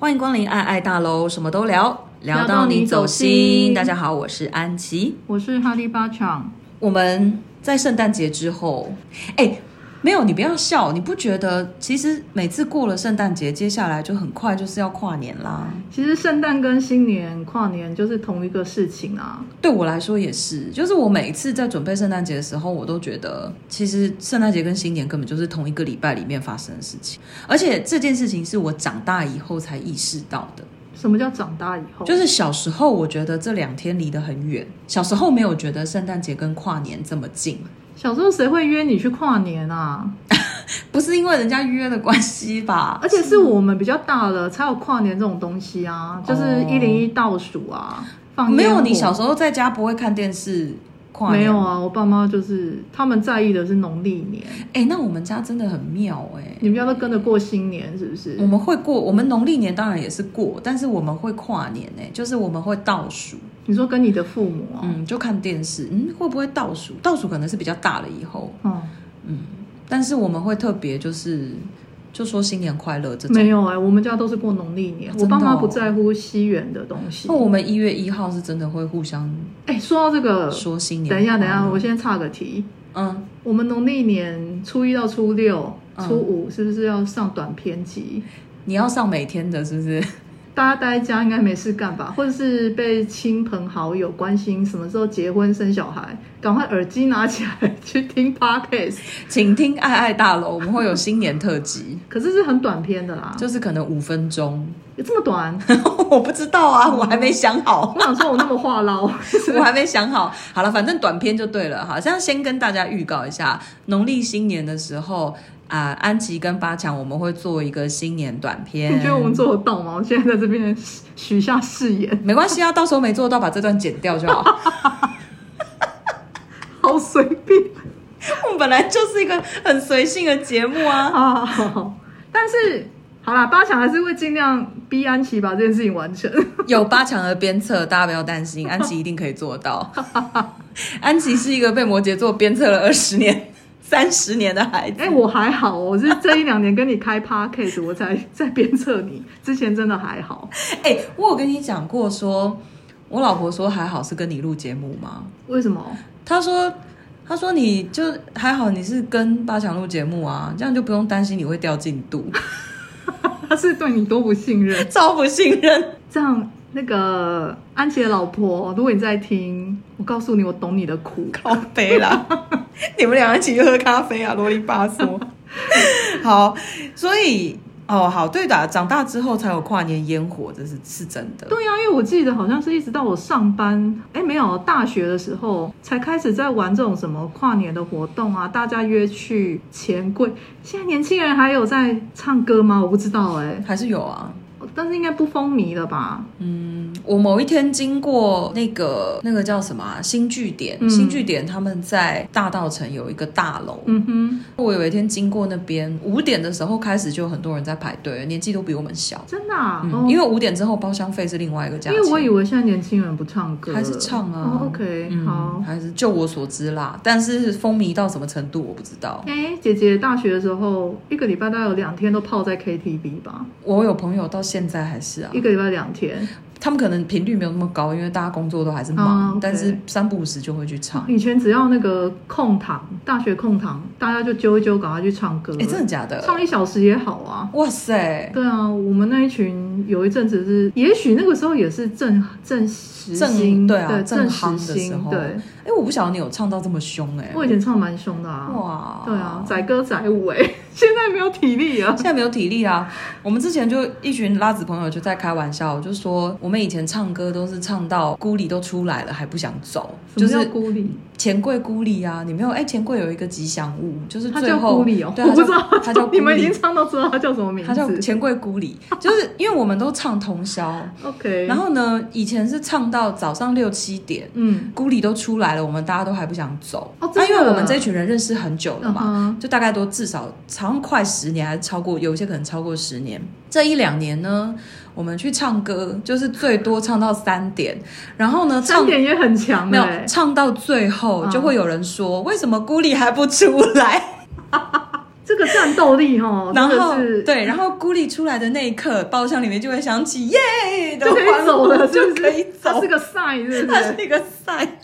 欢迎光临爱爱大楼，什么都聊，聊到你走心。大家好，我是安琪， 我是哈利巴强。 我们在圣诞节之后，没有，你不要笑，你不觉得其实每次过了圣诞节，接下来就很快就是要跨年啦？ 其实圣诞跟新年跨年就是同一个事情啊。 对我来说也是，就是我每一次在准备圣诞节的时候，我都觉得其实圣诞节跟新年根本就是同一个礼拜里面发生的事情，而且这件事情是我长大以后才意识到的。 什么叫长大以后？ 就是小时候我觉得这两天离得很远，小时候没有觉得圣诞节跟跨年这么近。 小时候谁会约你去跨年啊？ 不是因为人家约的关系吧？ 而且是我们比较大了才有跨年这种东西啊，就是101倒数啊，放烟火。 没有，你小时候在家不会看电视跨年？ 没有啊，我爸妈就是他们在意的是农历年。 那我们家真的很妙你们家都跟着过新年是不是？ 我们会过，我们农历年当然也是过，但是我们会跨年就是我们会倒数。 你说跟你的父母啊？ 就看电视，会不会倒数？倒数可能是比较大了以后，但是我们会特别就说新年快乐这种。 没有我们家都是过农历年，我爸妈不在乎西元的东西。 我们1月1号是真的会互相说到这个说新年。 等一下，我先岔个题。我们农历年初1到初6、初5是不是要上短篇集？ 你要上每天的是不是？ 大家待在家应该没事干吧，或者是被亲朋好友关心什么时候结婚生小孩，赶快耳机拿起来去听 Podcast， 请听爱爱大楼，我们会有新年特辑。 可是是很短篇的啦， 就是可能5分钟。 有这么短？ 我不知道啊，我还没想好。 我想说我那么话唠我还没想好。好了，反正短篇就对了。好，这样先跟大家预告一下，农历新年的时候安琪跟八强我们会做一个新年短片。 你觉得我们做得到吗？我现在在这边许下誓言。 没关系啊，到时候没做到把这段剪掉就好。 好随便。 我们本来就是一个很随性的节目啊。 好，但是好啦，八强还是会尽量逼安琪把这件事情完成。有八强的鞭策，大家不要担心，安琪一定可以做到。安琪是一个被摩羯座鞭策了20年、30年的孩子。 我还好，我是这1-2年跟你开 podcast 我才在鞭策你，之前真的还好。 我有跟你讲过说，我老婆说还好是跟你录节目吗？ 为什么？ 她说你就还好，你是跟八强录节目啊，这样就不用担心你会掉进度。 他是对你多不信任？ 超不信任。这样那个安琪的老婆，如果你在听，我告诉你，我懂你的苦。 靠北啦。你们俩一起去喝咖啡啊，啰里吧嗦。好，所以好，对的，长大之后才有跨年烟火，这是真的。 对啊，因为我记得好像是一直到我上班，没有，大学的时候才开始在玩这种什么跨年的活动啊，大家约去钱柜。现在年轻人还有在唱歌吗？我不知道还是有啊， 但是应该不风靡了吧？ 我某一天经过那个叫什么新据点，新据点他们在大稻埕有一个大楼。我有一天经过那边，5点的时候开始就有很多人在排队，年纪都比我们小。 真的啊？ 因为5点之后包厢费是另外一个价钱。 因为我以为现在年轻人不唱歌， 还是唱啊。 OK， 好， 还是就我所知啦，但是风靡到什么程度我不知道。 姐姐大学的时候1个礼拜大概有2天都泡在 KTV 吧。 我有朋友到现在还是 1个礼拜2天。 他们可能频率没有那么高，因为大家工作都还是忙，但是3不5时就会去唱。 以前只要那个空堂，大学空堂，大家就揪一揪，赶快去唱歌。 真的假的？ 唱1小时也好啊。哇塞！ 对啊，我们那一群有一阵子是，也许那个时候也是正时兴， 对啊， 正夯的时候。 对， 我不晓得你有唱到这么凶我以前唱蛮凶的啊。 哇， 对啊，载歌载舞现在没有体力啊。 现在没有体力啊。我们之前就一群拉子朋友就在开玩笑，就说我们以前唱歌都是唱到孤里都出来了还不想走。 什么叫孤里？ 钱柜孤里啊，你没有？钱柜有一个吉祥物，就是最后它叫孤里哦。 对， 我不知道它叫孤里。 你们已经唱到知道它叫什么名字？ 它叫钱柜孤里，就是因为我们都唱通宵。 OK。 然后呢，以前是唱到早上6、7点，孤里都出来了，我们大家都还不想走。因为我们这群人认识很久了嘛，就大概都至少好像快10年，还是超过，有一些可能超过10年。这1-2年呢，我们去唱歌，就是最多唱到3点，然后呢 ，3点也很强没有唱到最后，就会有人说，为什么孤里还不出来？ 这这个战斗力然后是对，然后孤立出来的那一刻，包厢里面就会响起耶的就可以走了， 就可以走。 它是个赛，是不是？ 它是一个赛。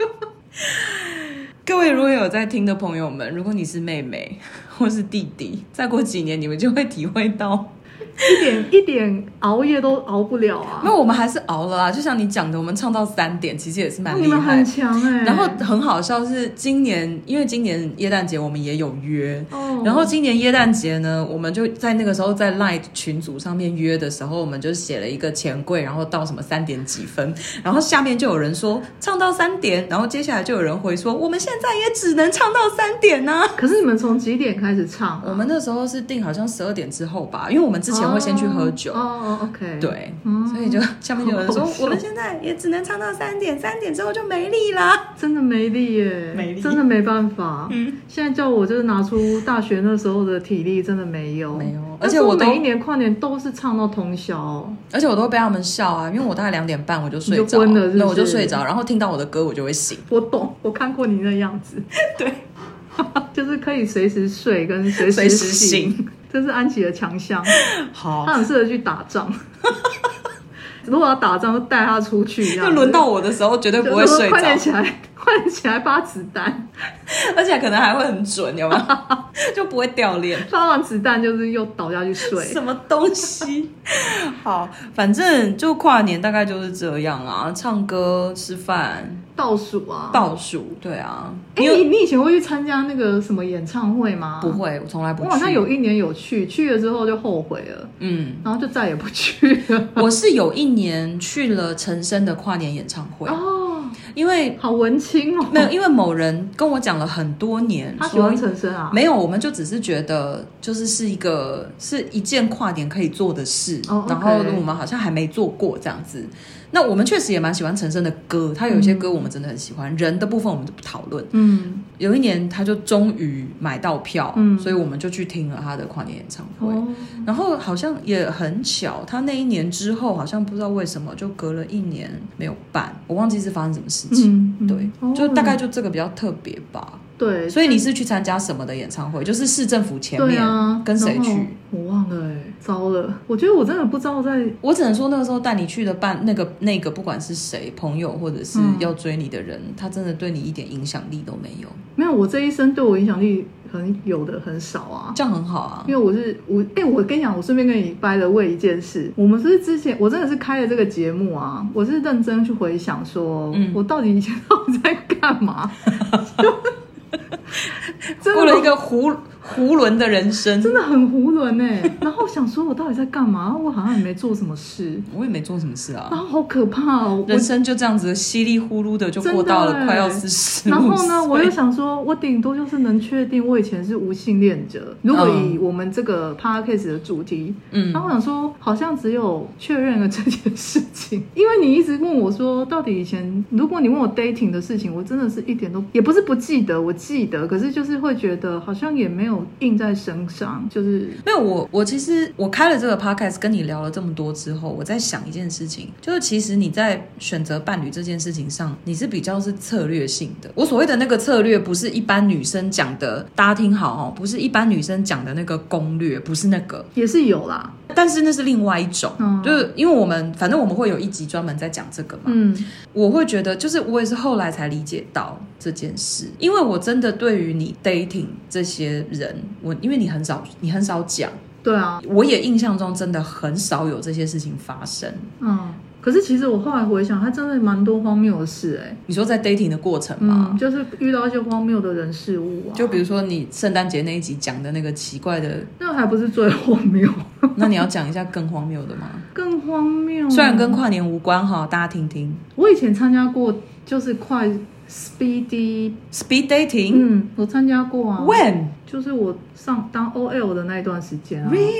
各位如果有在听的朋友们，如果你是妹妹或是弟弟，再过几年你们就会体会到。 一点熬夜都熬不了啊！ 那我们还是熬了啦，就像你讲的，我们唱到3点，其实也是蛮厉害， 你们很强然后很好笑是今年，因为今年耶诞节我们也有约，然后今年耶诞节呢，我们就在那个时候在 LINE 群组上面约的时候，我们就写了一个钱柜，然后到什么3点几分，然后下面就有人说唱到3点，然后接下来就有人回说我们现在也只能唱到3点啊。 可是你们从几点开始唱我们那时候是定好像12点之后吧，因为我们之前会先去喝酒。 OK， 对，所以就下面就有人说我们现在也只能唱到3点，3点之后就没力啦。 真的没力耶， 没力， 真的没办法。现在叫我就是拿出大学那时候的体力，真的没有。而且我每一年跨年都是唱到通宵， 而且我都被他们笑啊，因为我大概2点半我就睡着，那我就睡着，然后听到我的歌我就会醒。 我懂，我看过你那样子。 对， 就是可以随时睡跟随时醒。这是安琪的强项， 好， 他很适合去打仗。如果要打仗，就带他出去。 就轮到我的时候，绝对不会睡着。 快点起来，快点起来发子弹， 而且可能还会很准，有没有？就不会掉链。 发完子弹就是又倒下去睡。 什么东西？好，反正就跨年大概就是这样啊，唱歌、吃饭。 倒数啊， 对啊。 你以前会去参加那个什么演唱会吗？ 不会，我从来不去。 我好像有1年有去了之后就后悔了，然后就再也不去了。 我是有1年去了陈升的跨年演唱会因为好文青哦。 没有，因为某人跟我讲了很多年， 他喜欢陈升啊？ 没有，我们就只是觉得就是是一件跨年可以做的事，然后我们好像还没做过这样子。那我们确实也蛮喜欢陈升的歌，他有一些歌我们真的很喜欢，人的部分我们就不讨论。有1年他就终于买到票，所以我们就去听了他的跨年演唱会。然后好像也很巧，他那1年之后好像不知道为什么就隔了1年没有办，我忘记是发生什么事情。对，就大概就这个比较特别吧。 对， 所以你是去参加什么的演唱会？就是市政府前面，跟谁去？ 我忘了糟了。我觉得我真的不知道我只能说那个时候带你去的办那个，不管是谁朋友或者是要追你的人，他真的对你一点影响力都没有。 没有，我这一生对我影响力很少啊， 这样很好啊。 因为我跟你讲，我顺便跟你掰了为一件事。我们是之前我真的是开了这个节目啊，我是认真去回想说，我到底以前到底在干嘛？ 过了一个囫囵的人生， 真的很囫囵然后想说我到底在干嘛？我好像也没做什么事， 我也没做什么事啊。 然后好可怕哦， 人生就这样子稀里呼噜的就过到了快要45岁。 然后呢，我又想说，我顶多就是能确定我以前是无性恋者。如果以我们这个 podcast 的主题，然后我想说，好像只有确认了这件事情。因为你一直问我说，到底以前，如果你问我 dating 的事情，我真的是一点都也不是不记得，我记得，可是就是会觉得好像也没有印在身上，就是没有。我其实我开了这个 podcast 跟你聊了这么多之后，我在想一件事情，就是其实你在选择伴侣这件事情上，你是比较是策略性的。我所谓的那个策略，不是一般女生讲的，大家听好哦，不是一般女生讲的那个攻略，不是那个， 也是有啦。 但是那是另外一种，就是因为反正我们会有一集专门在讲这个嘛。我会觉得，就是我也是后来才理解到这件事，因为我真的对于你 dating 这些人，因为你很少讲， 对啊， 我也印象中真的很少有这些事情发生。 可是其实我后来回想，他真的蛮多荒谬的事你说在 dating 的过程吗？ 就是遇到一些荒谬的人事物啊。 就比如说你圣诞节那一集讲的那个奇怪的， 那还不是最荒谬。 那你要讲一下更荒谬的吗？ 更荒谬， 虽然跟跨年无关哈，大家听听。 我以前参加过，就是speed dating，我参加过啊。 When？ 就是我当 OL 的那一段时间啊。 Really？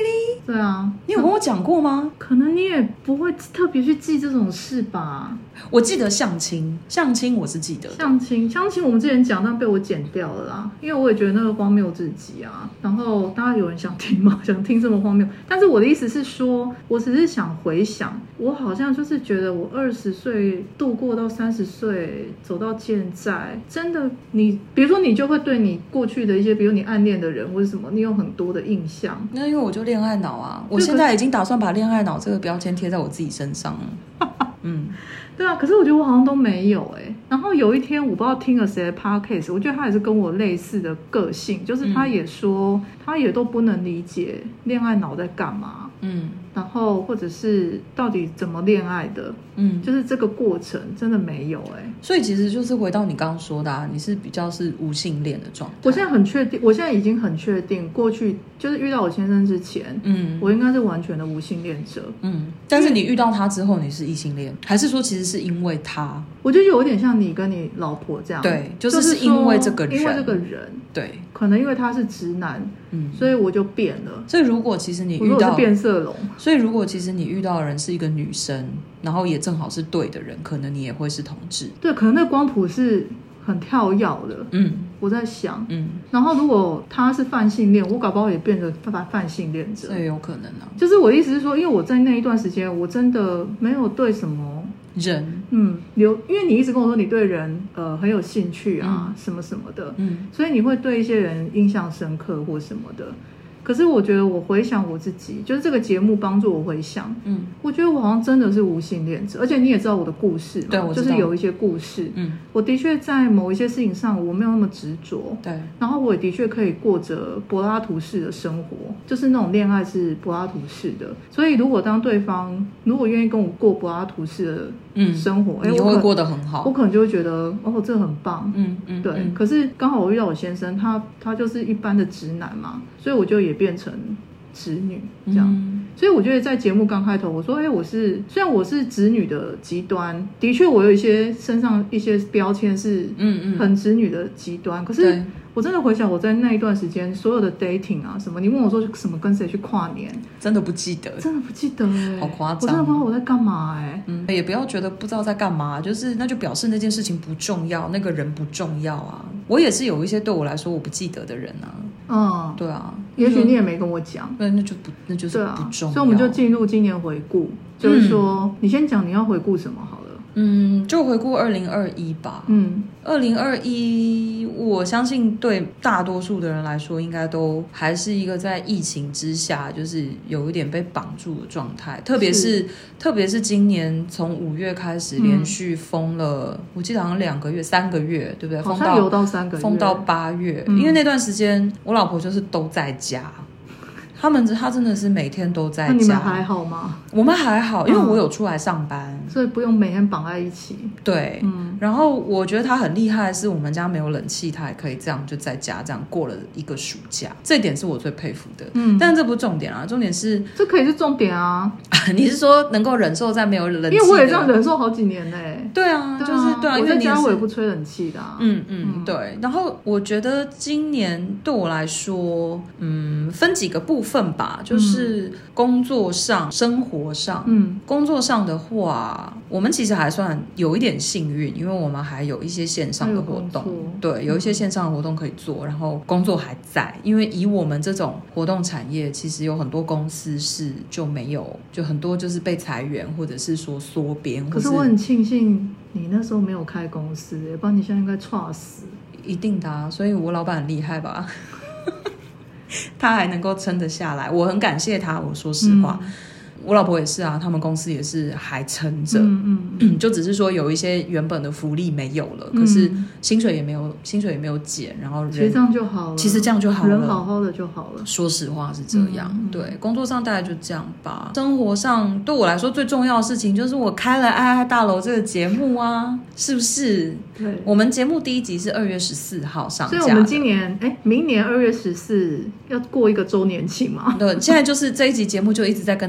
对啊， 你有跟我讲过吗？ 可能你也不会特别去记这种事吧。 我记得相亲我是记得的。相亲我们之前讲，但被我剪掉了啦，因为我也觉得那个荒谬至极啊。然后大家有人想听吗？想听这么荒谬？但是我的意思是说，我只是想回想，我好像就是觉得我20岁度过到30岁，走到现在，真的你，比如说你就会对你过去的一些，比如你暗恋的人或者什么，你有很多的印象。 那因为我就恋爱脑啊，我现在已经打算把恋爱脑这个标签贴在我自己身上了。 对啊，可是我觉得我好像都没有然后有一天我不知道听了谁的 podcast， 我觉得他也是跟我类似的个性，就是他也说他也都不能理解恋爱脑在干嘛。然后或者是到底怎么恋爱的，就是这个过程真的没有所以其实就是回到你刚刚说的你是比较是无性恋的状态。 我现在很确定，我现在已经很确定，过去就是遇到我先生之前，我应该是完全的无性恋者。 但是你遇到他之后，你是异性恋，还是说其实是因为他？ 我觉得有点像你跟你老婆这样， 对，就是因为这个人， 因为这个人， 对， 可能因为他是直男，所以我就变了。 所以如果其实你遇到， 我是变色龙。 所以如果其实你遇到的人是一个女生，然后也正好是对的人，可能你也会是同志。 对，可能那光谱是很跳跃的。我在想，然后如果他是泛性恋，我搞不好也变成泛性恋者， 这也有可能啊。 就是我的意思是说，因为我在那一段时间，我真的没有对什么人， 因为你一直跟我说你对人很有兴趣啊，什么什么的，所以你会对一些人印象深刻或什么的。可是我觉得我回想我自己，就是这个节目帮助我回想，我觉得我好像真的是无性恋者，而且你也知道我的故事嘛， 对，我知道， 就是有一些故事，我的确在某一些事情上我没有那么执着， 对， 然后我也的确可以过着柏拉图式的生活，就是那种恋爱是柏拉图式的，所以如果当对方如果愿意跟我过柏拉图式的生活， 你会过得很好， 我可能就会觉得这很棒，对。可是刚好我遇到我先生，他就是一般的直男嘛，所以我就也变成直女这样。所以我觉得在节目刚开头我说虽然我是直女的极端，的确我有一些身上一些标签是很直女的极端，可是我真的回想我在那一段时间所有的 dating 啊什么，你问我说什么跟谁去跨年， 真的不记得好夸张， 我真的不知道我在干嘛也不要觉得不知道在干嘛，就是那就表示那件事情不重要，那个人不重要啊。我也是有一些对我来说我不记得的人啊，对啊， 也许你也没跟我讲， 那就是不重要。 所以我们就进入今年回顾，就是说你先讲你要回顾什么好了。 就回顾2021吧。2021我相信对大多数的人来说应该都还是一个在疫情之下就是有一点被绑住的状态，特别是今年从5月开始连续封了，我记得好像2个月3个月，对不对？ 好像有到3个月， 封到8月，因为那段时间我老婆就是都在家，他真的是每天都在家。 那你们还好吗？ 我们还好，因为我有出来上班， 所以不用每天绑在一起。 对，然后我觉得他很厉害的是我们家没有冷气，他也可以这样就在家这样过了一个暑假，这一点是我最佩服的。但这不是重点啊，重点是这可以是重点啊。 你是说能够忍受在没有冷气？ 因为我也这样忍受好几年嘞。 对啊，就是对啊， 我在家我也不吹冷气的对。然后我觉得今年对我来说分几个部分吧，就是工作上生活上。工作上的话我们其实还算有一点幸运，因为我们还有一些线上的活动，对，有一些线上的活动可以做，然后工作还在。因为以我们这种活动产业，其实有很多公司是就没有，就很多就是被裁员或者是说缩编。 可是我很庆幸你那时候没有开公司，不然你现在应该猝死。 一定的啊，所以我老板很厉害吧他还能够撑得下来，我很感谢他，我说实话。我老婆也是啊，他们公司也是还撑着，就只是说有一些原本的福利没有了，可是薪水也没有减，然后其实这样就好了， 其实这样就好了， 人好好的就好了。 说实话是这样，对，工作上大概就这样吧。生活上对我来说最重要的事情就是我开了爱爱大楼这个节目啊，是不是？ 对， 我们节目第1集是2月14号上架的， 所以我们明年2月14要过一个周年庆嘛。 对，现在就是这一集节目就一直在跟大家开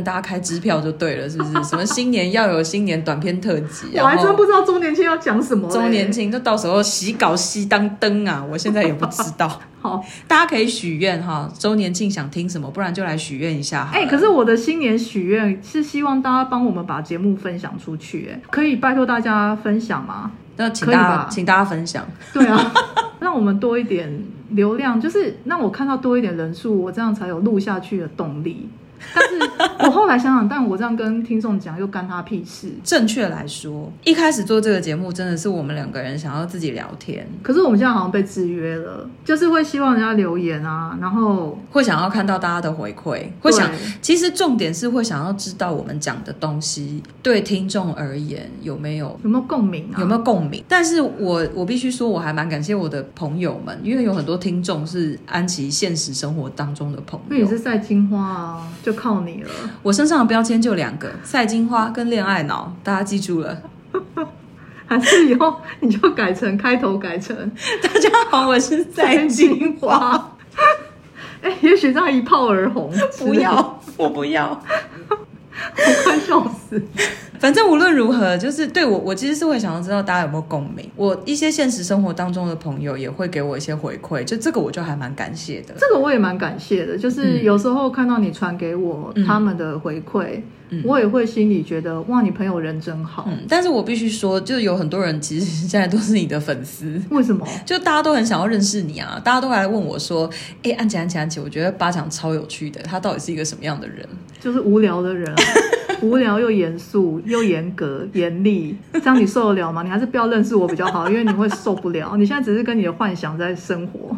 支票就对了，是不是？什么新年要有新年短片特辑， 我还真不知道周年庆要讲什么。 周年庆就到时候洗稿熄当灯啊，我现在也不知道。 好， 大家可以许愿哈，周年庆想听什么，不然就来许愿一下。 可是我的新年许愿是希望大家帮我们把节目分享出去，可以拜托大家分享吗？ 那请大家分享。 对啊，让我们多一点流量，就是让我看到多一点人数，我这样才有录下去的动力。但是我后来想想，但我这样跟听众讲又干他屁事。 正确来说，一开始做这个节目真的是我们两个人想要自己聊天， 可是我们现在好像被制约了，就是会希望人家留言啊，然后会想要看到大家的回馈，会想，其实重点是会想要知道我们讲的东西对听众而言有没有共鸣啊， 有没有共鸣。但是我必须说，我还蛮感谢我的朋友们，因为有很多听众是安琪现实生活当中的朋友。 因为你是赛金花啊，就靠你了。 我身上的标签就2个，赛金花跟恋爱脑，大家记住了。 还是以后你就开头改成大家好，我是赛金花。 也许这样一炮而红。 不要，我不要。 我快笑死。 反正无论如何，就是对我其实是会想要知道大家有没有共鸣。我一些现实生活当中的朋友也会给我一些回馈，就这个我就还蛮感谢的。 这个我也蛮感谢的，就是有时候看到你传给我他们的回馈，我也会心里觉得哇，你朋友人真好。 但是我必须说，就有很多人其实现在都是你的粉丝。 为什么？就大家都很想要认识你啊，大家都来问我说，安琪，我觉得八强超有趣的，他到底是一个什么样的人？ 就是无聊的人啊。无聊又严肃又严格严厉，这样你受得了吗？你还是不要认识我比较好，因为你会受不了。你现在只是跟你的幻想在生活。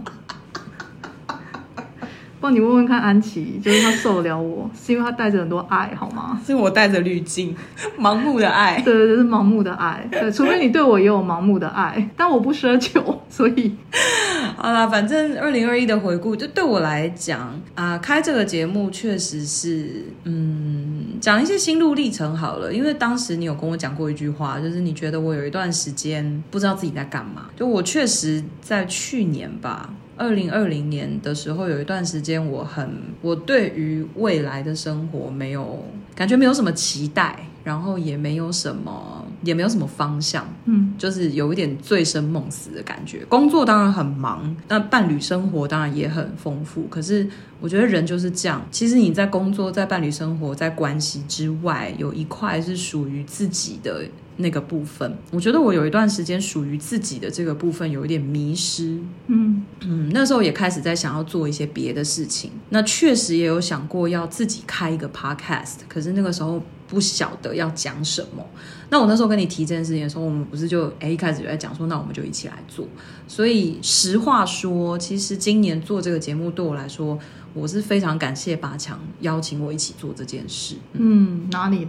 不然你问问看安琪，就是他受得了我，是因为他带着很多爱，好吗？ 是我带着滤镜，盲目的爱。 对，是盲目的爱。对，除非你对我也有盲目的爱，但我不奢求，所以好啦，反正2021的回顾，就对我来讲啊，开这个节目确实是，讲一些心路历程好了。因为当时你有跟我讲过一句话，就是你觉得我有一段时间不知道自己在干嘛。就我确实在去年吧。2020年的时候有一段时间我对于未来的生活感觉没有什么期待，然后也没有什么方向，就是有一点醉生梦死的感觉。工作当然很忙，那伴侣生活当然也很丰富，可是我觉得人就是这样，其实你在工作在伴侣生活在关系之外，有一块是属于自己的那个部分。我觉得我有一段时间属于自己的这个部分有一点迷失，那时候也开始在想要做一些别的事情。那确实也有想过要自己开一个 podcast， 可是那个时候不晓得要讲什么。那我那时候跟你提这件事情的时候，我们不是就一开始就在讲说，那我们就一起来做。所以实话说，其实今年做这个节目对我来说，我是非常感谢八强邀请我一起做这件事。 哪里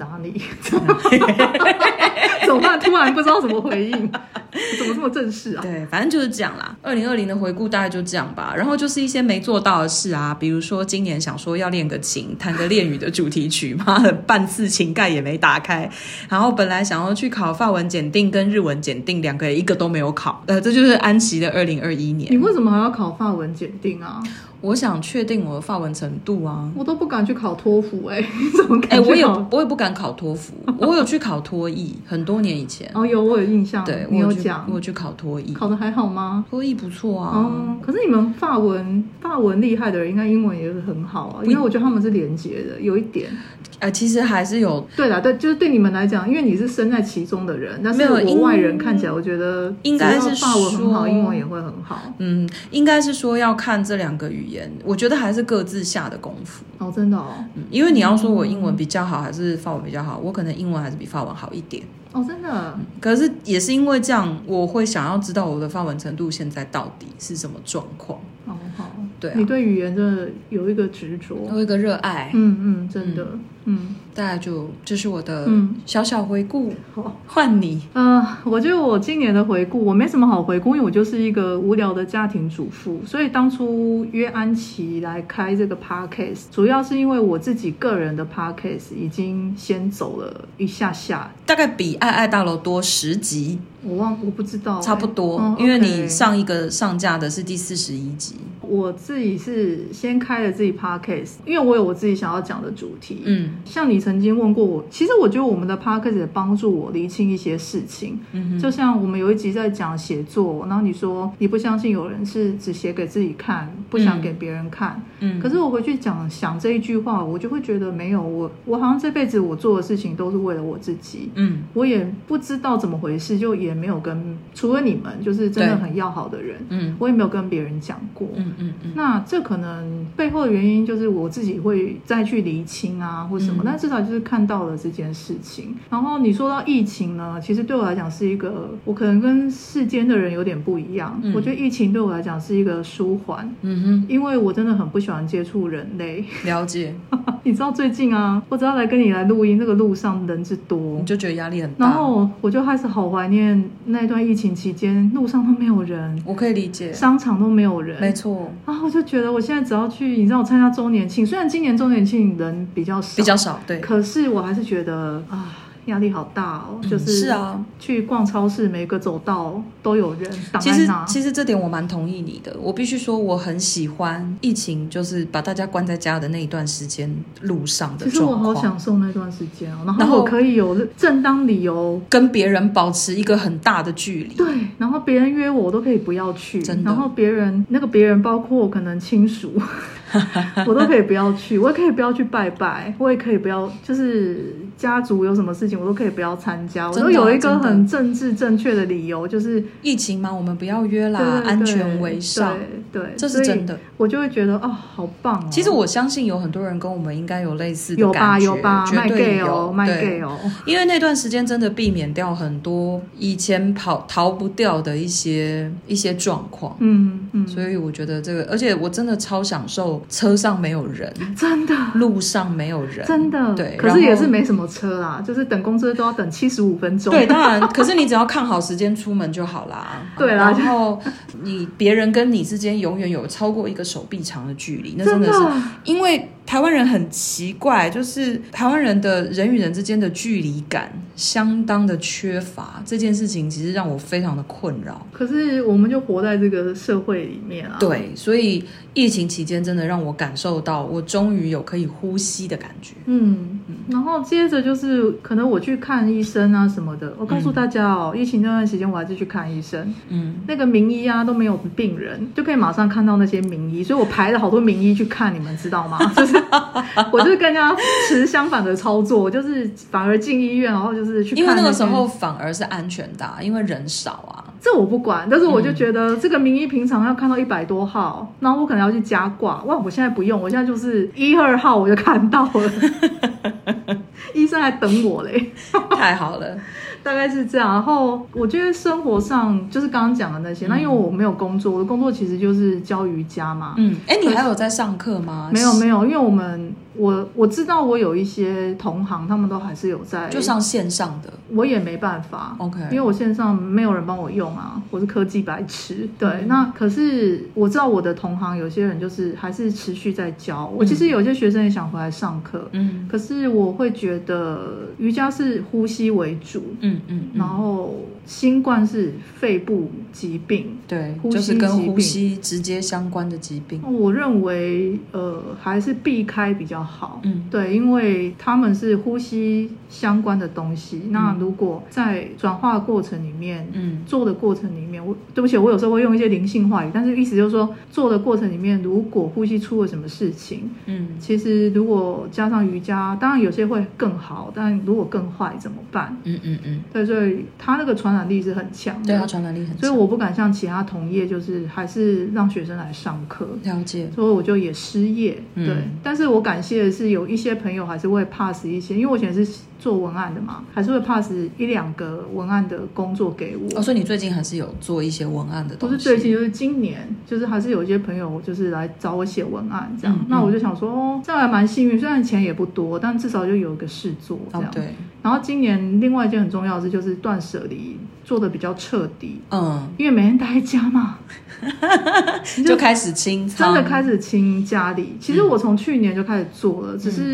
怎么办？突然不知道怎么回应，怎么这么正式啊？ 对，反正就是这样啦。2020的回顾大概就这样吧。然后就是一些没做到的事啊，比如说今年想说要练个琴，弹个恋语的主题曲，妈的半次琴盖也没打开。然后本来想要去考法文检定跟日文检定，两个一个都没有考。这就是安琪的2021年。 你为什么还要考法文检定啊？ 我想确定我的法文程度啊。 我都不敢去考托福你怎么敢去考？ 我也不敢考托福。我有去考托译，很多年以前。 我有印象。 对， 你有讲。 我有去考托译。 考得还好吗？ 托译不错啊。 可是你们法文厉害的人，应该英文也是很好啊。因为我觉得他们是连结的，有一点。 其实还是有。 对啦，对，就是对你们来讲，因为你是身在其中的人，但是我外人看起来，我觉得应该是法文很好，英文也会很好。 应该是说要看这两个语言，我觉得还是各自下的功夫。 真的因为你要说我英文比较好还是法文比较好，我可能英文还是比法文好一点。 真的。 可是也是因为这样，我会想要知道我的法文程度现在到底是什么状况。 好， 对你对语言真的有一个执着， 有一个热爱。 真的。 大概这是我的小小回顾。换你。 我觉得我今年的回顾，我没什么好回顾，因为我就是一个无聊的家庭主妇，所以当初约安琪来开这个 podcast， 主要是因为我自己个人的 podcast 已经先走了一下下， 大概比爱爱大楼多10集。 我不知道。 差不多。因为你上一个上架的是第41集。 我自己是先开了自己 podcast， 因为我有我自己想要讲的主题。像你曾经问过我，其实我觉得我们的 podcast 也帮助我厘清一些事情。就像我们有一集在讲写作，然后你说你不相信有人是只写给自己看，不想给别人看。可是我回去想这一句话，我就会觉得没有，我好像这辈子我做的事情都是为了我自己。我也不知道怎么回事，就也没有跟除了你们就是真的很要好的人，我也没有跟别人讲过。那这可能背后的原因就是我自己会再去厘清啊或什么，但至少就是看到了这件事情。然后你说到疫情呢，其实对我来讲是一个，我可能跟世间的人有点不一样。我觉得疫情对我来讲是一个舒缓。因为我真的很不喜欢接触人类。 了解。 你知道最近啊，我只要跟你来录音，这个路上人之多， 你就觉得压力很大， 然后我就开始好怀念那一段疫情期间路上都没有人。 我可以理解， 商场都没有人。 没错。 然后我就觉得我现在只要去，你知道我参加周年庆，虽然今年周年庆人比较少，对，可是我还是觉得压力好大哦。就是啊，去逛超市每个走道都有人挡在那。 其实这点我蛮同意你的。我必须说我很喜欢疫情就是把大家关在家的那一段时间路上的状况。其实我好享受那段时间哦，然后我可以有正当理由跟别人保持一个很大的距离。 对，然后别人约我都可以不要去，真的。然后别人包括可能亲属我都可以不要去，我也可以不要去拜拜，我也可以不要，就是家族有什么事情我都可以不要参加，我都有一个很政治正确的理由，就是疫情嘛，我们不要约啦，对，安全为上。 对， 这是真的。 我就会觉得好棒哦。 其实我相信有很多人跟我们应该有类似的感觉， 有吧， 绝对有， 卖 gay 哦。 因为那段时间真的避免掉很多以前逃不掉的一些状况。所以我觉得这个，而且我真的超享受车上没有人， 真的， 路上没有人， 真的。对，可是也是没什么车啦，就是等公车都要等75分钟。 对，当然，可是你只要看好时间出门就好啦。对啦，然后别人跟你之间永远有超过一个手臂长的距离，那真的是因为台湾人很奇怪，就是台湾人的人与人之间的距离感相当的缺乏，这件事情其实让我非常的困扰。 可是我们就活在这个社会里面啊。 对，所以疫情期间真的让我感受到我终于有可以呼吸的感觉。 然后接着就是可能我去看医生啊什么的，我告诉大家哦，疫情那段时间我还是去看医生。那个名医啊都没有病人，就可以马上看到那些名医，所以我排了好多名医去看，你们知道吗？就是我就是跟人家持相反的操作，我就是反而进医院，然后就是去看， 因为那个时候反而是安全的因为人少啊。 这我不管，但是我就觉得这个名医平常要看到100多号，然后我可能要去加挂，我现在不用，我现在就是1、2号我就看到了医生还等我嘞太好了大概是这样。然后我觉得生活上就是刚刚讲的那些，那因为我没有工作，我的工作其实就是教瑜伽嘛。 你还有在上课吗？ 没有，因为我知道我有一些同行他们都还是有在就上线上的， 我也没办法 OK， 因为我线上没有人帮我用啊，我是科技白痴。对，那可是我知道我的同行有些人就是还是持续在教，我其实有些学生也想回来上课，可是我会觉得瑜伽是呼吸为主，然后新冠是肺部疾病， 对，就是跟呼吸直接相关的疾病。 我认为还是避开比较好，对，因为他们是呼吸相关的东西。那如果在转化的过程里面，做的过程里面，对不起，我有时候会用一些灵性话语，但是意思就是说，做的过程里面，如果呼吸出了什么事情，其实如果加上瑜伽，当然有些会更好，但如果更坏怎么办？对，所以他那个传染力是很强的， 对，他传染力很强， 所以我不敢像其他同业，就是还是让学生来上课， 了解， 所以我就也失业，对，但是我感谢的是有一些朋友还是会 pass 一些，因为我以前是做文案的嘛，还是会 pass 1、2个文案的工作给我。 所以你最近还是有做一些文案的东西？ 不是最近，就是今年，就是还是有一些朋友就是来找我写文案这样。那我就想说，这样还蛮幸运，虽然钱也不多，但至少就有一个事做这样。对。然后今年另外一件很重要的事就是断舍离做的比较彻底，因为每天待在家嘛就开始清仓， 真的开始清家里。其实我从去年就开始做了，只是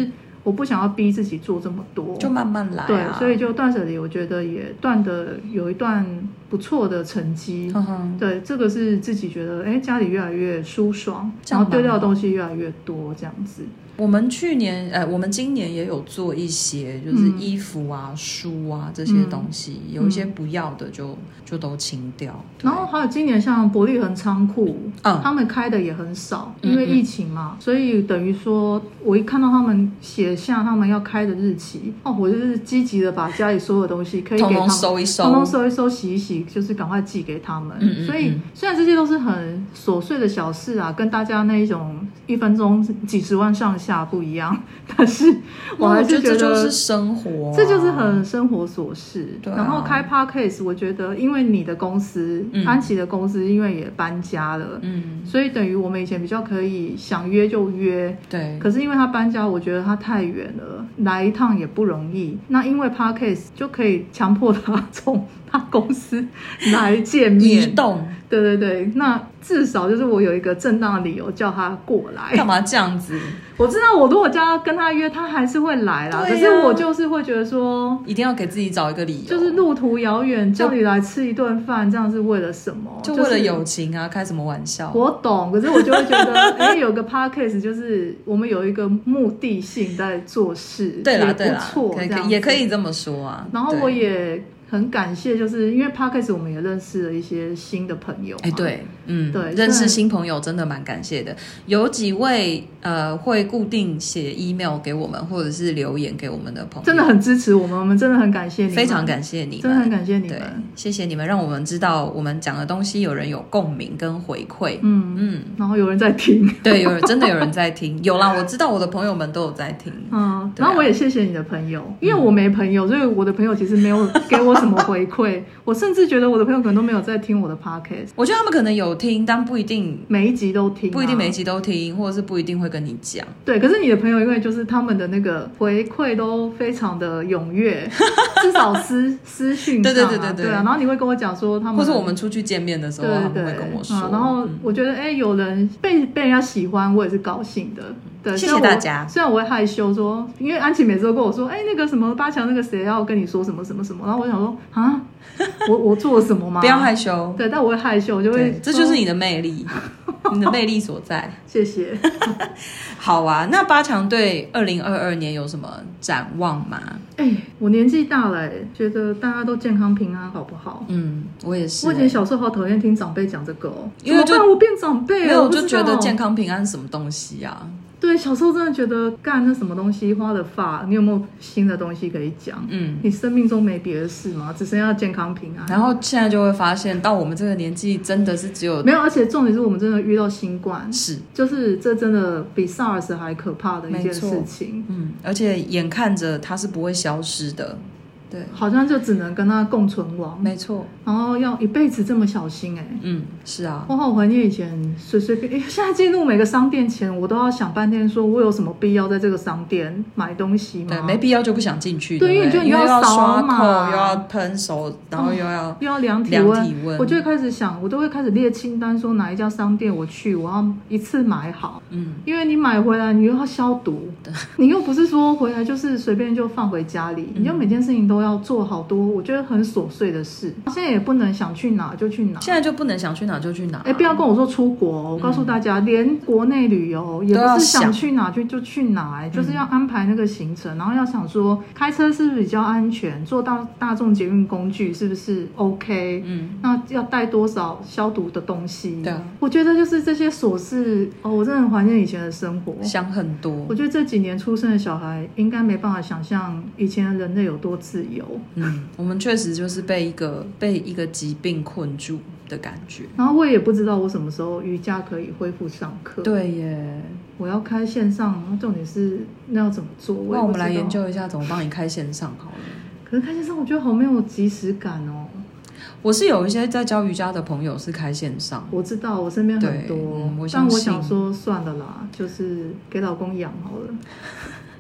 我不想要逼自己做这么多， 就慢慢来啊。 对，所以就断舍离，我觉得也断的有一段不错的成绩。对，这个是自己觉得家里越来越舒爽，然后丢掉的东西越来越多这样子。 我们我们今年也有做一些，就是衣服啊、书啊这些东西，有一些不要的就都清掉。 然后还有今年像伯利恒仓库，他们开的也很少，因为疫情嘛，所以等于说我一看到他们写下他们要开的日期，我就是积极的把家里所有东西可以给他们通通收一收， 通通收一收、洗一洗，就是赶快寄给他们。所以虽然这些都是很琐碎的小事啊，跟大家那一种1分钟几十万上下不一样，但是我还是觉得这就是生活啊， 这就是很生活琐事。 对啊， 然后开 podcast 我觉得因为你的公司安琪的公司因为也搬家了，所以等于我们以前比较可以想约就约， 对。 可是因为他搬家，我觉得他太远了，来一趟也不容易。那因为 podcast 就可以强迫他从他公司来见面， 移动。 对对对，那至少就是我有一个正当的理由叫他过来。 干嘛这样子？ 我知道我如果叫他跟他约，他还是会来啦。可是我就是会觉得说， 一定要给自己找一个理由， 就是路途遥远，叫你来吃一顿饭，这样是为了什么？ 就为了友情啊，开什么玩笑？ 我懂，可是我就会觉得，有个 podcast 就是我们有一个目的性在做事， 对啦对啦， 不错， 也可以这么说啊。 然后我也很感谢，就是因为 podcast 我们也认识了一些新的朋友嘛。 对， 对， 认识新朋友真的蛮感谢的。有几位会固定写 email 给我们，或者是留言给我们的朋友， 真的很支持我们，我们真的很感谢你们， 非常感谢你们， 真的很感谢你们。 对，谢谢你们，让我们知道我们讲的东西有人有共鸣跟回馈。 然后有人在听， 对，真的有人在听，有啦，我知道我的朋友们都有在听。 然后我也谢谢你的朋友，因为我没朋友，所以我的朋友其实没有给我什么回馈。我甚至觉得我的朋友可能都没有在听我的 podcast。 我觉得他们可能有听，但不一定每一集都听， 不一定每一集都听，或者是不一定会跟你讲。 对，可是你的朋友因为就是他们的那个回馈都非常的踊跃，至少私讯上对啊，然后你会跟我讲说他们， 或是我们出去见面的时候，他们会跟我说。 然后我觉得有人被人家喜欢，我也是高兴的。对， 谢谢大家。 虽然我会害羞说，因为安琪每次都跟我说，那个什么八强那个谁要跟你说什么什么什么，然后我想说啊，我做了什么吗？ 不要害羞。 对，但我会害羞，我就会， 这就是你的魅力，你的魅力所在。 谢谢。 好啊，那八强对2022年有什么展望吗？ 我年纪大了，觉得大家都健康平安，好不好？ 我也是。 我以前小时候好讨厌听长辈讲这个因为我变长辈了， 没有，我就觉得健康平安是什么东西啊？ 对，小时候真的觉得干那什么东西花了发，你有没有新的东西可以讲？你生命中没别的事吗？只剩下健康平安。 然后现在就会发现，到我们这个年纪，真的是只有没有，而且重点是我们真的遇到新冠， 是就是这真的比 SARS 还可怕的一件事情。 而且眼看着它是不会消失的。对， 好像就只能跟他共存亡， 没错。 然后要一辈子这么小心是啊。 我好怀念以前随随便现在进入每个商店前，我都要想半天，说我有什么必要在这个商店买东西吗？ 对，没必要就不想进去。 对，因为你要刷码， 又要喷手，然后又要量体温，我就会开始想，我都会开始列清单，说哪一家商店我去，我要一次买好。因为你买回来你又要消毒，你又不是说回来就是随便就放回家里，你就每件事情都要做好多，我觉得很琐碎的事。现在也不能想去哪就去哪， 现在就不能想去哪就去哪。 不要跟我说出国我告诉大家，连国内旅游也不是想去哪就去哪就是要安排那个行程，然后要想说开车是不是比较安全，坐到大众捷运工具是不是 OK，那要带多少消毒的东西。对，我觉得就是这些琐事我真的很怀念以前的生活， 想很多。 我觉得这几年出生的小孩应该没办法想象以前的人类有多自由。 我们确实就是被一个疾病困住的感觉。 然后我也不知道我什么时候瑜伽可以恢复上课。 对耶， 我要开线上，重点是那要怎么做？ 那我们来研究一下怎么帮你开线上好了。 可是开线上我觉得好没有即时感哦。 我是有一些在教瑜伽的朋友是开线上， 我知道我身边很多，但我想说算了啦，就是给老公养好了。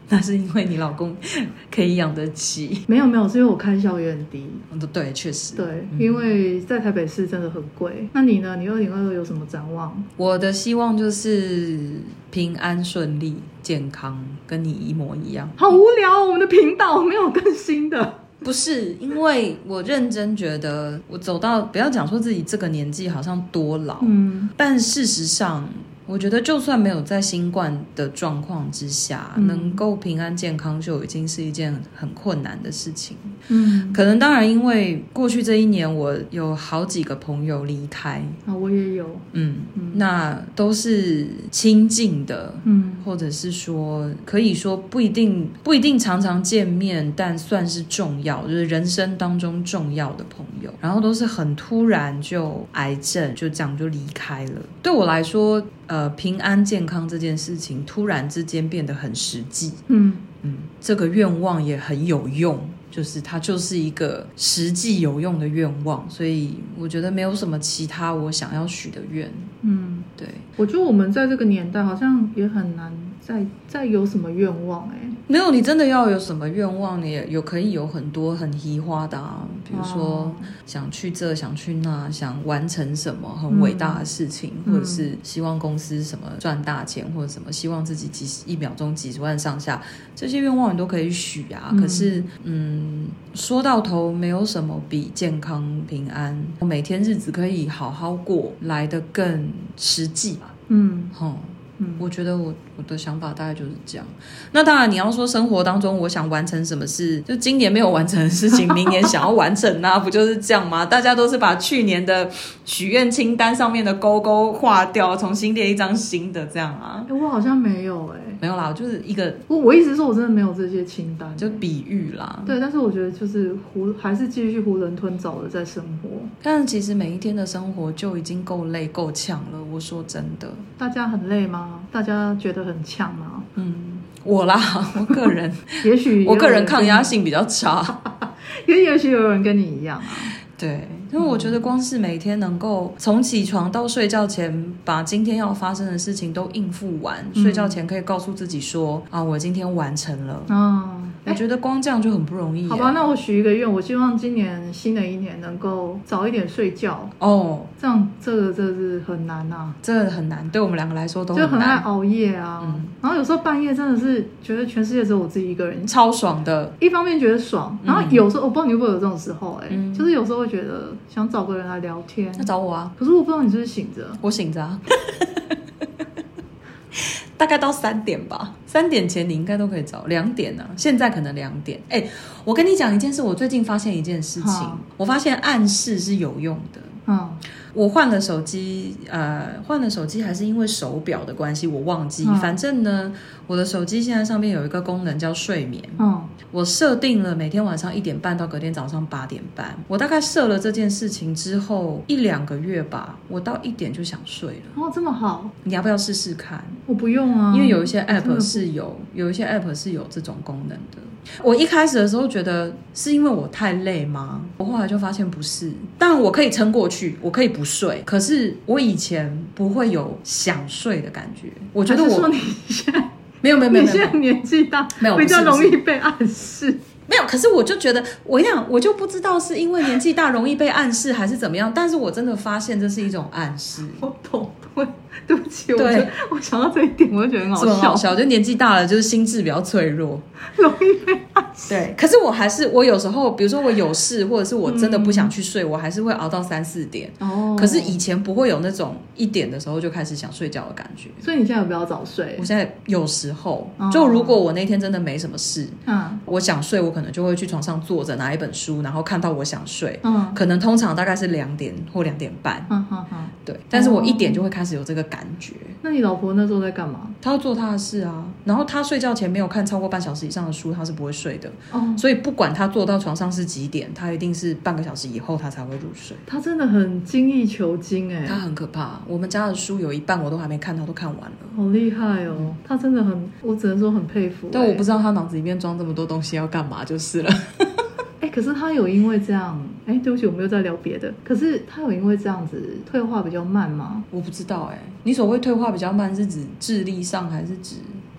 那是因为你老公可以养得起。 没有，是因为我开销也很低。 对，确实。 对，因为在台北市真的很贵。那你呢？你2022有什么展望？ 我的希望就是平安顺利健康，跟你一模一样。 好无聊，我们的频道没有更新的。 不是，因为我认真觉得我走到，不要讲说自己这个年纪好像多老，但事实上我觉得就算没有在新冠的状况之下，能够平安健康就已经是一件很困难的事情。可能当然因为过去这一年我有好几个朋友离开啊，我也有， 那都是亲近的，或者是说可以说不一定常常见面，但算是重要，就是人生当中重要的朋友，然后都是很突然就癌症就这样就离开了。对我来说平安健康这件事情突然之间变得很实际，这个愿望也很有用，就是它就是一个实际有用的愿望，所以我觉得没有什么其他我想要许的愿。对， 我觉得我们在这个年代好像也很难再有什么愿望没有，你真的要有什么愿望，你也可以有很多很移花的比如说想去这想去那，想完成什么很伟大的事情，或者是希望公司什么赚大钱，或者什么希望自己1秒钟几十万上下，这些愿望你都可以许可是说到头没有什么比健康平安每天日子可以好好过来得更实际吧。我觉得我的想法大概就是这样。那当然你要说生活当中我想完成什么事，就今年没有完成的事情明年想要完成不就是这样吗？大家都是把去年的许愿清单上面的勾勾划掉，重新列一张新的这样我好像没有没有啦，就是一个我意思说我真的没有这些清单， 就比喻啦。 对，但是我觉得就是还是继续囫囵吞枣的在生活。 但是其实每一天的生活就已经够累够呛了，我说真的。 大家很累吗？大家觉得很呛吗？ 我啦，我个人也许我个人抗压性比较差也许有人跟你一样对，因为我觉得光是每天能够从起床到睡觉前把今天要发生的事情都应付完，睡觉前可以告诉自己说我今天完成了我觉得光这样就很不容易。 好吧，那我许一个愿，我希望今年新的一年能够早一点睡觉这样这个是很难这个很难，对我们两个来说都很难， 就很爱熬夜然后有时候半夜真的是觉得全世界只有我自己一个人， 超爽的。 一方面觉得爽，然后有时候我不知道你会不会有这种时候就是有时候会觉得想找个人来聊天。 那找我可是我不知道你是不是醒着。 我醒着大概到3点吧，3点前你应该都可以找，2点现在可能2点。我跟你讲一件事，我最近发现一件事情，我发现暗示是有用的。我换了手机还是因为手表的关系，我忘记。反正呢，我的手机现在上面有一个功能叫睡眠。我设定了每天晚上1点半到隔天早上8点半。我大概设了这件事情之后1-2个月吧，我到1点就想睡了。 这么好， 你要不要试试看？ 我不用因为有一些 app 是有这种功能的。我一开始的时候觉得是因为我太累吗？我后来就发现不是，但我可以撑过去，我可以不睡，可是我以前不会有想睡的感觉。我觉得还是说你现在没有你现在年纪大， 没有比较容易被暗示。 没有，可是我就觉得我就不知道是因为年纪大容易被暗示还是怎么样，但是我真的发现这是一种暗示。 我懂，对不起，我想到这一点我就觉得很好笑。 很好笑，就年纪大了就是心智比较脆弱， 容易被暗示。 对，可是我有时候比如说我有事或者是我真的不想去睡，我还是会熬到3-4点。可是以前不会有那种1点的时候就开始想睡觉的感觉。 所以你现在有比较早睡？ 我现在有时候就如果我那天真的没什么事我想睡，我可能就会去床上坐着拿一本书，然后看到我想睡可能通常大概是2点或2点半对，但是我1点就会开始有这个感觉。 那你老婆那时候在干嘛？ 她要做她的事然后她睡觉前没有看超过半小时以上的书她是不会睡的所以不管她坐到床上是几点，她一定是半个小时以后她才会入睡。 她真的很精益求精她很可怕，我们家的书有一半我都还没看，她都看完了。 好厉害她真的我只能说很佩服但我不知道她脑子里面装这么多东西要干嘛就是了可是他有因为这样对不起我们又在聊别的，可是他有因为这样子退化比较慢吗？ 我不知道你所谓退化比较慢是指智力上还是指？ 因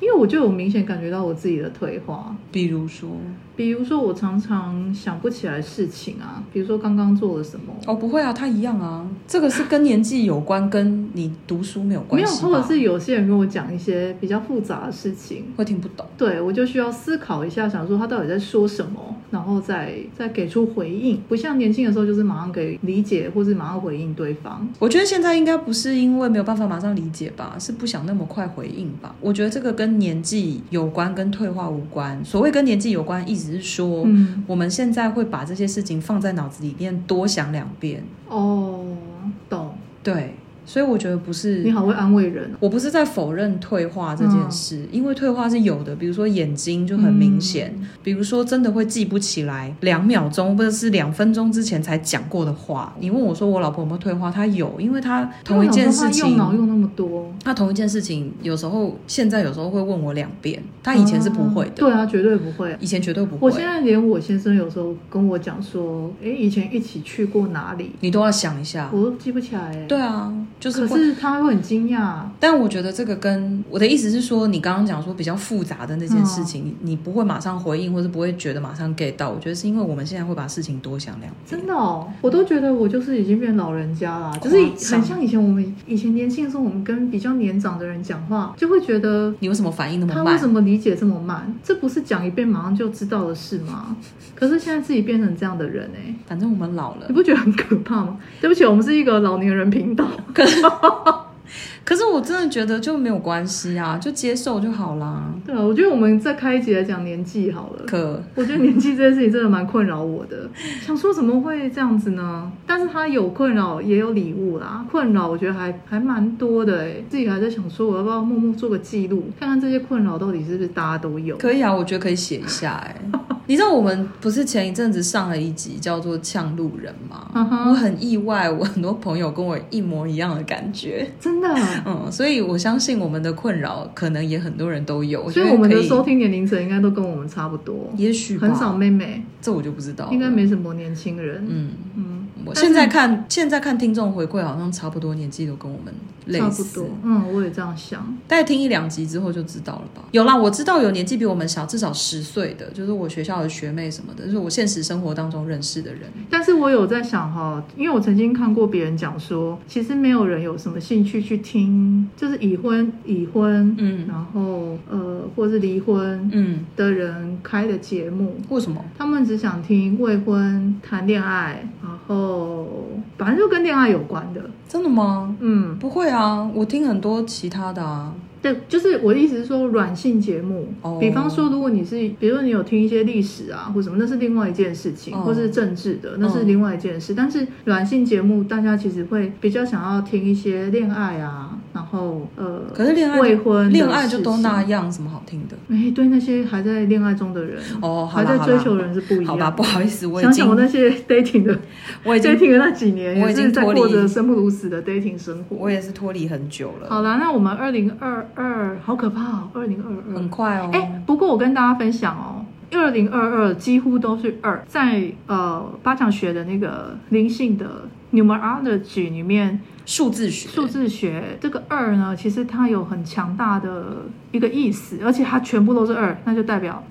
因为我就有明显感觉到我自己的退化。 比如说我常常想不起来事情啊，比如说刚刚做了什么。 哦，不会啊，他一样啊，这个是跟年纪有关，跟你读书没有关系吧。 没有，或者是有些人跟我讲一些比较复杂的事情， 会听不懂。 对，我就需要思考一下，想说他到底在说什么，然后再给出回应。不像年轻的时候，就是马上给理解，或是马上回应对方。 我觉得现在应该不是因为没有办法马上理解吧，是不想那么快回应吧。我觉得这个跟年纪有关，跟退化无关。所谓跟年纪有关，意思是说，我们现在会把这些事情放在脑子里面多想2遍。 哦，懂。 对，所以我觉得不是。 你好会安慰人。 我不是在否认退化这件事，因为退化是有的，比如说眼睛就很明显，比如说真的会记不起来2秒钟或者是2分钟之前才讲过的话。你问我说我老婆有没有退化，她有，因为她同一件事情， 她用脑用那么多， 她同一件事情有时候现在有时候会问我2遍，她以前是不会的。 对啊，绝对不会， 以前绝对不会。 我现在连我先生有时候跟我讲说，以前一起去过哪里， 你都要想一下， 我都记不起来。 对啊，就是可是他会很惊讶。 但我觉得这个跟我的意思是说，你刚刚讲说比较复杂的那件事情，你不会马上回应，或是不会觉得马上 get 到。我觉得是因为我们现在会把事情多想2遍。 真的哦，我都觉得我就是已经变老人家了，就是很像以前我们以前年轻的时候，我们跟比较年长的人讲话，就会觉得你为什么反应那么慢？ 他为什么理解这么慢？这不是讲1遍马上就知道的事吗？可是现在自己变成这样的人反正我们老了， 你不觉得很可怕吗？对不起，我们是一个老年人频道。 可是我真的觉得就没有关系啊，就接受就好啦。 对啊，我觉得我们再开一集来讲年纪好了。我觉得年纪这件事情真的蛮困扰我的，想说怎么会这样子呢？但是他有困扰也有礼物啦，困扰我觉得还蛮多的自己还在想说我要不要默默做个记录，看看这些困扰到底是不是大家都有。 可以啊，我觉得可以写一下你知道我们不是前一阵子上了一集叫做呛路人吗？我很意外，我很多朋友跟我一模一样的感觉， 真的。 所以我相信我们的困扰可能也很多人都有， 所以我们的收听年龄层应该都跟我们差不多， 也许吧， 很少妹妹， 这我就不知道了， 应该没什么年轻人。 我现在看听众回馈，好像差不多年纪都跟我们类似， 差不多。我也这样想。 大概听1-2集之后就知道了吧？有啦，我知道有年纪比我们小至少10岁的，就是我学校的学妹什么的，就是我现实生活当中认识的人。 但是我有在想因为我曾经看过别人讲说，其实没有人有什么兴趣去听，就是已婚，然后或是离婚的人开的节目。 为什么？ 他们只想听未婚谈恋爱，然后反正就跟恋爱有关的。 真的吗？不会啊，我听很多其他的啊。 对，就是我的意思是说软性节目，比方说如果你是比如说你有听一些历史啊或什么，那是另外一件事情，或是政治的，那是另外一件事。但是软性节目大家其实会比较想要听一些恋爱啊，然后可是未婚恋爱就都那样，什么好听的？ 对那些还在恋爱中的人还在追求人是不一样。 好吧，不好意思，我已经想想我那些 dating 的那几年我已经也是在过着生不如死的 dating 生活， 我也是脱离很久了。 好啦，那我们2022好可怕2022 很快不过我跟大家分享2022几乎都是2，在巴强学的那个灵性的 numerology 里面，数字学这个2呢，其实它有很强大的一个意思，而且它全部都是2，那就代表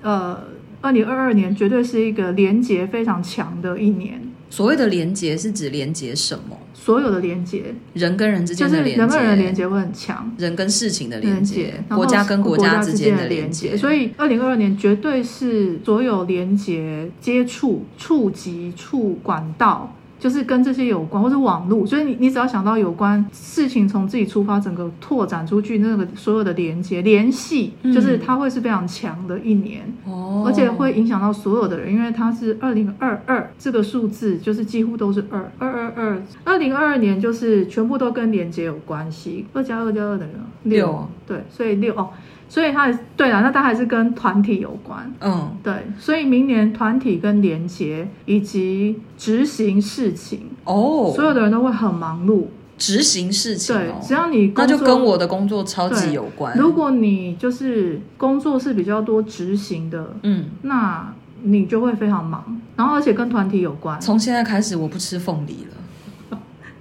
2022年绝对是一个连结非常强的一年。 所谓的连结是指连结什么？ 所有的连结， 人跟人之间的连结， 就是人跟人的连结会很强， 人跟事情的连结，国家跟国家之间的连结。 所以2022年绝对是所有连结、接触、触及、管道，就是跟这些有关，或是网络，所以你只要想到有关事情从自己出发，整个拓展出去，那个所有的连接联系，就是它会是非常强的一年而且会影响到所有的人，因为它是2022这个数字，就是几乎都是2。2022年就是全部都跟连接有关系，2+2+2等于6，对，所以6所以它对啦，那它还是跟团体有关。对，所以明年团体跟连结以及执行事情所有的人都会很忙碌。 执行事情对，只要你工作， 那就跟我的工作超级有关。 如果你就是工作是比较多执行的，那你就会非常忙，然后而且跟团体有关。 从现在开始我不吃凤梨了。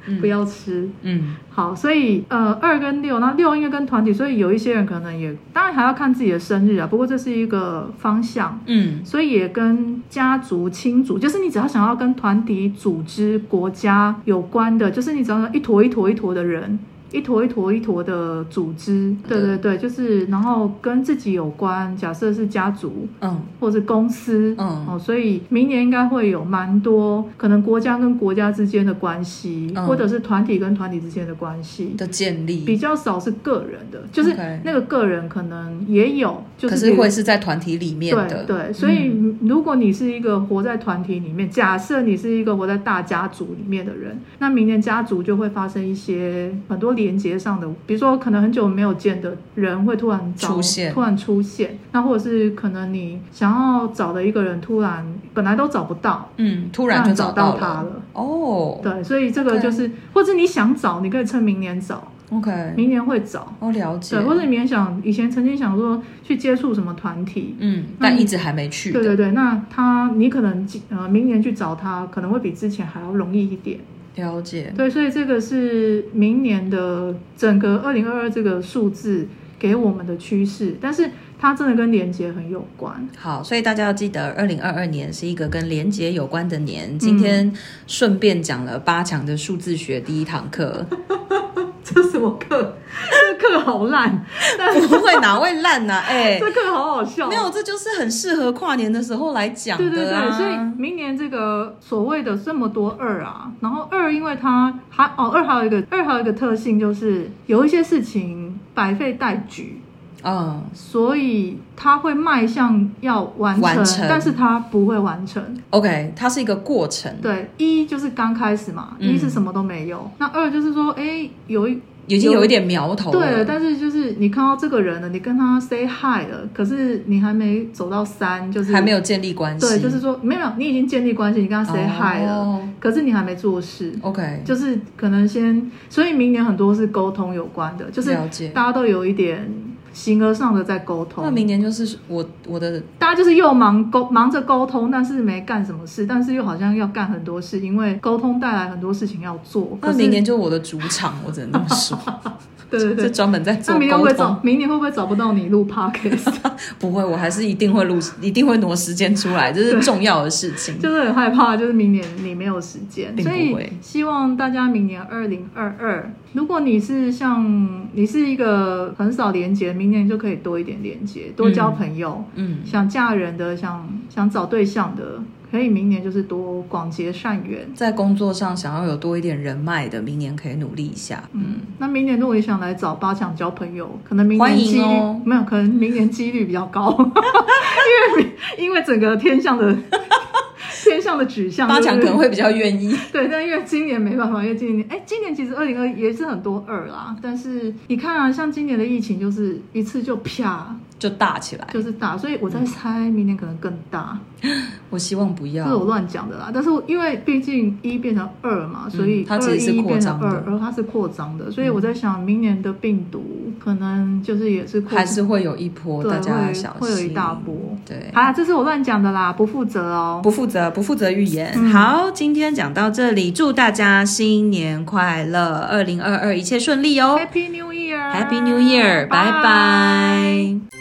不要吃。好，所以2跟6，那6因为跟团体，所以有一些人可能也当然还要看自己的生日啊，不过这是一个方向。所以也跟家族亲族，就是你只要想要跟团体组织国家有关的，就是你只要一坨一坨一坨的人，一坨一坨一坨的组织，对对对，就是然后跟自己有关，假设是家族，或者公司，所以明年应该会有蛮多可能国家跟国家之间的关系，或者是团体跟团体之间的关系的建立， 比较少是个人的，就是那个个人可能也有，就是可是会是在团体里面的， 对对，所以如果你是一个活在团体里面，假设你是一个活在大家族里面的人，那明年家族就会发生一些很多连结上的，比如说可能很久没有见的人会突然出现，那或者是可能你想要找的一个人突然本来都找不到， 突然就找到他了。对，所以这个就是，或者你想找，你可以趁明年找。 OK， 明年会找。 了解。 对，或者你明年以前曾经想说去接触什么团体， 但一直还没去的。 对对对，那你可能明年去找他，可能会比之前还要容易一点。 了解。 对，所以这个是明年的整个2022这个数字给我们的趋势，但是它真的跟连结很有关。 好，所以大家要记得2022年是一个跟连结有关的年。今天顺便讲了8强的数字学第一堂课。 这什么课？这课好烂。 不会，哪会烂啊？ 这课好好笑。 没有，这就是很适合跨年的时候来讲的。 对对对，所以明年这个所谓的这么多2啊，然后2因为它2还有一个特性，就是有一些事情百废待举。所以它会迈向要完成，但是它不会完成。 OK， 它是一个过程。 对，1就是刚开始嘛，1是什么都没有。那2就是说， 已经有一点苗头了。 对，但是就是你看到这个人了，你跟他 say hi 了，可是你还没走到3，就是还没有建立关系。 对，就是说没有，你已经建立关系，你跟他 say hi 了，可是你还没做事。 OK， 就是可能所以明年很多是沟通有关的，就是大家都有一点形而上的在沟通。 那明年就是我的大家就是又忙着沟通，但是没干什么事，但是又好像要干很多事，因为沟通带来很多事情要做。 那明年就是我的主场，我只能这么说。 对对对， 就专门在做沟通。 那明年会不会找不到你录 podcast？ 不会，我还是一定会录，一定会挪时间出来，这是重要的事情。 就是很害怕，就是明年你没有时间， 并不会。 所以希望大家明年2022，如果你是一个很少连结，明年就可以多一点连结，多交朋友。想嫁人的，想找对象的。可以明年就是多广结善缘， 在工作上想要有多一点人脉的，明年可以努力一下。 那明年如果你想来找8强交朋友，可能明年欢迎哦。 没有，可能明年几率比较高，因为整个天象的指向 ，8强可能会比较愿意。 对，但因为今年没办法，因为今年其实2022也是很多2啦，但是你看啊，像今年的疫情就是一次就啪就大起来， 就是大，所以我在猜明年可能更大。 我希望不要， 这是我乱讲的啦。但是因为毕竟1变成2嘛，所以它其实是扩张的， 而它是扩张的，所以我在想，明年的病毒可能就是也是还是会有一波，大家要小心， 会有一大波。 对， 好啦，这是我乱讲的啦，不负责哦， 不负责预言。好，今天讲到这里，祝大家新年快乐，2022一切顺利哦 ，Happy New Year， Happy New Year， 拜拜。